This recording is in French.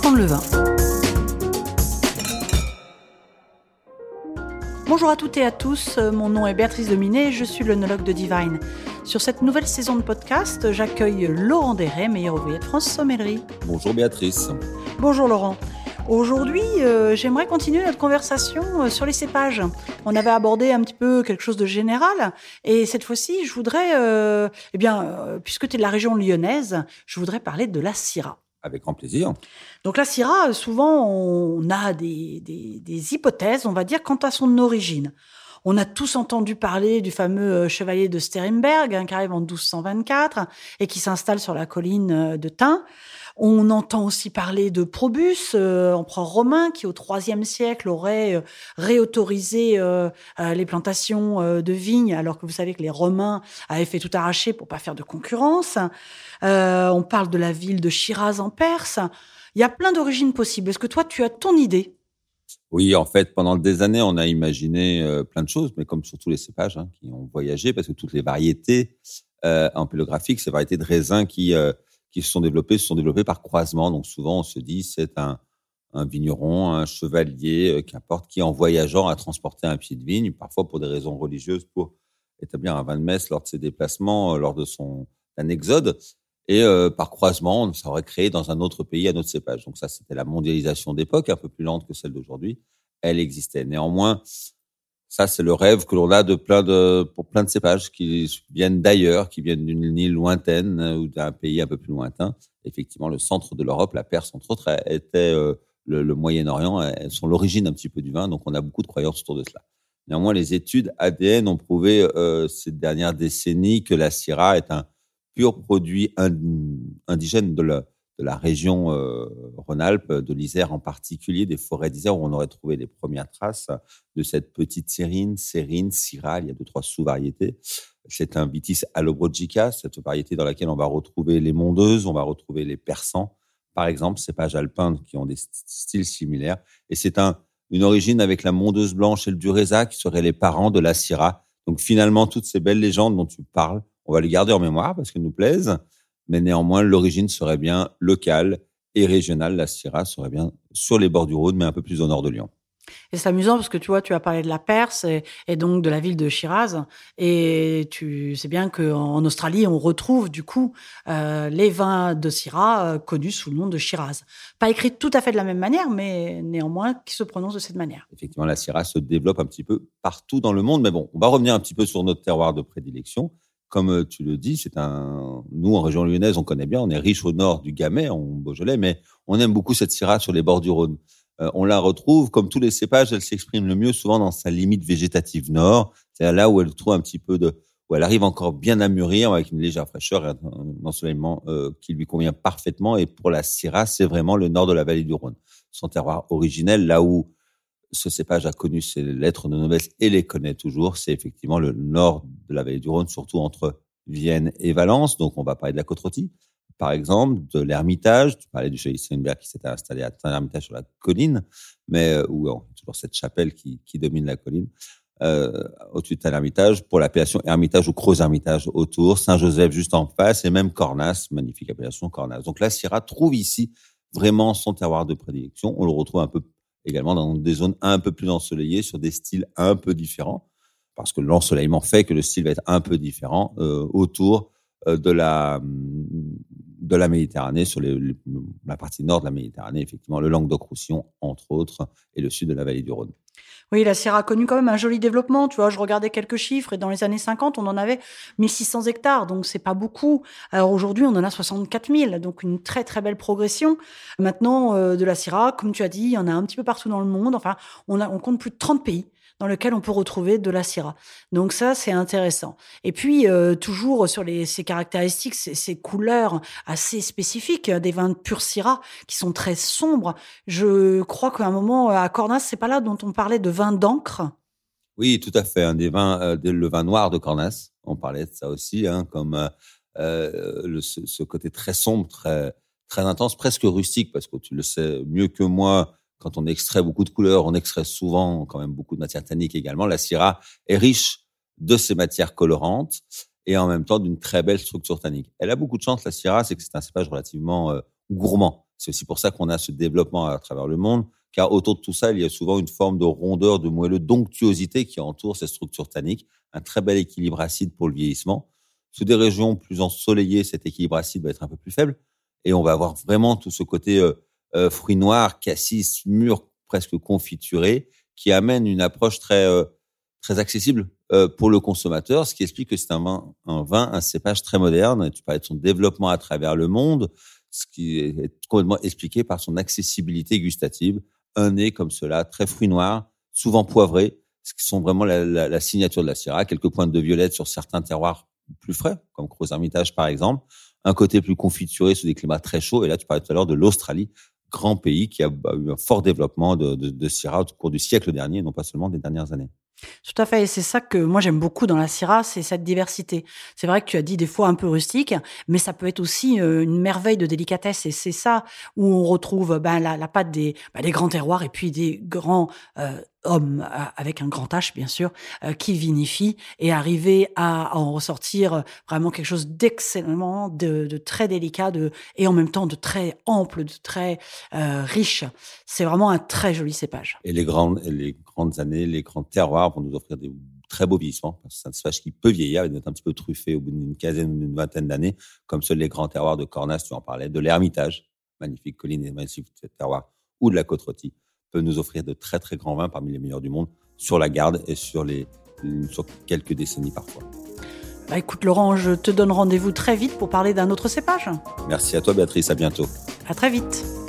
apprendre le vin. Bonjour à toutes et à tous, mon nom est Béatrice Dominé, je suis l'œnologue de Divine. Sur cette nouvelle saison de podcast, j'accueille Laurent Desrets, meilleur ouvrier de France sommellerie. Bonjour Béatrice. Bonjour Laurent. Aujourd'hui, j'aimerais continuer notre conversation sur les cépages. On avait abordé un petit peu quelque chose de général, et cette fois-ci, je voudrais, puisque tu es de la région lyonnaise, je voudrais parler de la Syrah. Avec grand plaisir. Donc la Syrah, souvent, on a des hypothèses, on va dire, quant à son origine. On a tous entendu parler du fameux chevalier de Sterenberg, qui arrive en 1224 et qui s'installe sur la colline de Tain. On entend aussi parler de Probus, empereur romain, qui au IIIe siècle aurait réautorisé les plantations de vignes, alors que vous savez que les Romains avaient fait tout arracher pour pas faire de concurrence. On parle de la ville de Chiraz en Perse. Il y a plein d'origines possibles. Est-ce que toi, tu as ton idée ? Oui, en fait, pendant des années, on a imaginé plein de choses, mais comme sur tous les cépages qui ont voyagé, parce que toutes les variétés ampélographiques, ces variétés de raisins qui se sont développées par croisement. Donc souvent, on se dit c'est un vigneron, un chevalier, qu'importe, qui en voyageant a transporté un pied de vigne, parfois pour des raisons religieuses, pour établir un vin de messe lors de ses déplacements, lors de son exode. Et par croisement, ça aurait créé dans un autre pays un autre cépage. Donc ça, c'était la mondialisation d'époque, un peu plus lente que celle d'aujourd'hui. Elle existait. Néanmoins, ça, c'est le rêve que l'on a pour plein de cépages qui viennent d'ailleurs, qui viennent d'une île lointaine ou d'un pays un peu plus lointain. Effectivement, le centre de l'Europe, la Perse, entre autres, était le Moyen-Orient. Elles sont l'origine un petit peu du vin, donc on a beaucoup de croyances autour de cela. Néanmoins, les études ADN ont prouvé ces dernières décennies que la Syrah est un pur produit indigène de la région Rhône-Alpes, de l'Isère en particulier, des forêts d'Isère où on aurait trouvé les premières traces de cette petite Sérine, Syrah. Il y a 2-3 sous-variétés. C'est un Vitis allobrogica, cette variété dans laquelle on va retrouver les mondeuses, on va retrouver les persans, par exemple, cépages alpins qui ont des styles similaires. Et c'est une origine avec la mondeuse blanche et le Durésa qui seraient les parents de la Syrah. Donc finalement, toutes ces belles légendes dont tu parles, on va les garder en mémoire parce qu'elles nous plaisent, mais néanmoins, l'origine serait bien locale et régionale. La Syrah serait bien sur les bords du Rhône, mais un peu plus au nord de Lyon. Et c'est amusant parce que tu vois, tu as parlé de la Perse et donc de la ville de Chiraz. Et tu sais bien qu'en Australie, on retrouve du coup les vins de Syrah connus sous le nom de Shiraz. Pas écrit tout à fait de la même manière, mais néanmoins qui se prononcent de cette manière. Effectivement, la Syrah se développe un petit peu partout dans le monde. Mais bon, on va revenir un petit peu sur notre terroir de prédilection. Comme tu le dis, nous, en région lyonnaise, on connaît bien, on est riche au nord du Gamay, en Beaujolais, mais on aime beaucoup cette Syrah sur les bords du Rhône. On la retrouve, comme tous les cépages, elle s'exprime le mieux souvent dans sa limite végétative nord, c'est-à-dire là où elle trouve un petit peu où elle arrive encore bien à mûrir avec une légère fraîcheur et un ensoleillement qui lui convient parfaitement. Et pour la Syrah, c'est vraiment le nord de la vallée du Rhône. Son terroir originel, là où ce cépage a connu ses lettres de noblesse et les connaît toujours, c'est effectivement le nord de la vallée du Rhône, surtout entre Vienne et Valence. Donc, on va parler de la Côte-Rôtie, par exemple, de l'Ermitage. Tu parlais du chevalier Sterenberg qui s'était installé à Tain-l'Ermitage sur la colline, mais où toujours cette chapelle qui domine la colline. Au-dessus de Tain-l'Ermitage, pour l'appellation Ermitage ou Creux-Ermitage autour, Saint-Joseph juste en face, et même Cornas, magnifique appellation Cornas. Donc, la Syrah trouve ici vraiment son terroir de prédilection. On le retrouve un peu également dans des zones un peu plus ensoleillées, sur des styles un peu différents, parce que l'ensoleillement fait que le style va être un peu différent autour de la Méditerranée, sur la partie nord de la Méditerranée, effectivement, le Languedoc-Roussillon, entre autres, et le sud de la vallée du Rhône. Oui, la Syrah a connu quand même un joli développement. Tu vois, je regardais quelques chiffres et dans les années 50, on en avait 1600 hectares. Donc, c'est pas beaucoup. Alors aujourd'hui, on en a 64 000. Donc, une très, très belle progression. Maintenant, de la Syrah, comme tu as dit, il y en a un petit peu partout dans le monde. Enfin, on compte plus de 30 pays dans lesquels on peut retrouver de la Syrah. Donc ça, c'est intéressant. Et puis, toujours sur ces caractéristiques, ces couleurs assez spécifiques des vins de pur Syrah qui sont très sombres. Je crois qu'à un moment, à Cornas, c'est pas là dont on parlait de vin d'encre. Oui, tout à fait. Des vins, le vin noir de Cornas. On parlait de ça aussi, comme ce côté très sombre, très, très intense, presque rustique, parce que tu le sais mieux que moi, quand on extrait beaucoup de couleurs, on extrait souvent quand même beaucoup de matières tanniques également. La Syrah est riche de ces matières colorantes et en même temps d'une très belle structure tannique. Elle a beaucoup de chance, la Syrah, c'est que c'est un cépage relativement gourmand. C'est aussi pour ça qu'on a ce développement à travers le monde, car autour de tout ça, il y a souvent une forme de rondeur, de moelleux, d'onctuosité qui entoure cette structure tannique, un très bel équilibre acide pour le vieillissement. Sous des régions plus ensoleillées, cet équilibre acide va être un peu plus faible et on va avoir vraiment tout ce côté fruits noirs, cassis, mûrs, presque confiturés, qui amène une approche très accessible pour le consommateur, ce qui explique que c'est un cépage très moderne. Tu parlais de son développement à travers le monde, ce qui est complètement expliqué par son accessibilité gustative. Un nez comme cela, très fruits noirs, souvent poivrés, ce qui sont vraiment la signature de la Syrah. Quelques pointes de violette sur certains terroirs plus frais, comme Crozes-Hermitage par exemple. Un côté plus confituré sous des climats très chauds. Et là, tu parlais tout à l'heure de l'Australie, grand pays qui a eu un fort développement de Syrah au cours du siècle dernier, non pas seulement des dernières années. Tout à fait, et c'est ça que moi j'aime beaucoup dans la Syrah, c'est cette diversité. C'est vrai que tu as dit des fois un peu rustique, mais ça peut être aussi une merveille de délicatesse, et c'est ça où on retrouve la patte des grands terroirs et puis des grands hommes avec un grand H bien sûr, qui vinifient et arriver à en ressortir vraiment quelque chose d'excellent, de très délicat, et en même temps de très ample, de très riche. C'est vraiment un très joli cépage. Et les grandes années, les grands terroirs vont nous offrir des très beaux vieillissements. C'est un cépage qui peut vieillir et d'être un petit peu truffé au bout d'une quinzaine ou d'une vingtaine d'années, comme seuls les grands terroirs de Cornas, tu en parlais, de l'Hermitage, magnifique colline et magnifique terroir, ou de la Côte-Rôtie, peut nous offrir de très très grands vins parmi les meilleurs du monde sur la garde et sur quelques décennies parfois. Écoute Laurent, je te donne rendez-vous très vite pour parler d'un autre cépage. Merci à toi Béatrice, à bientôt. À très vite.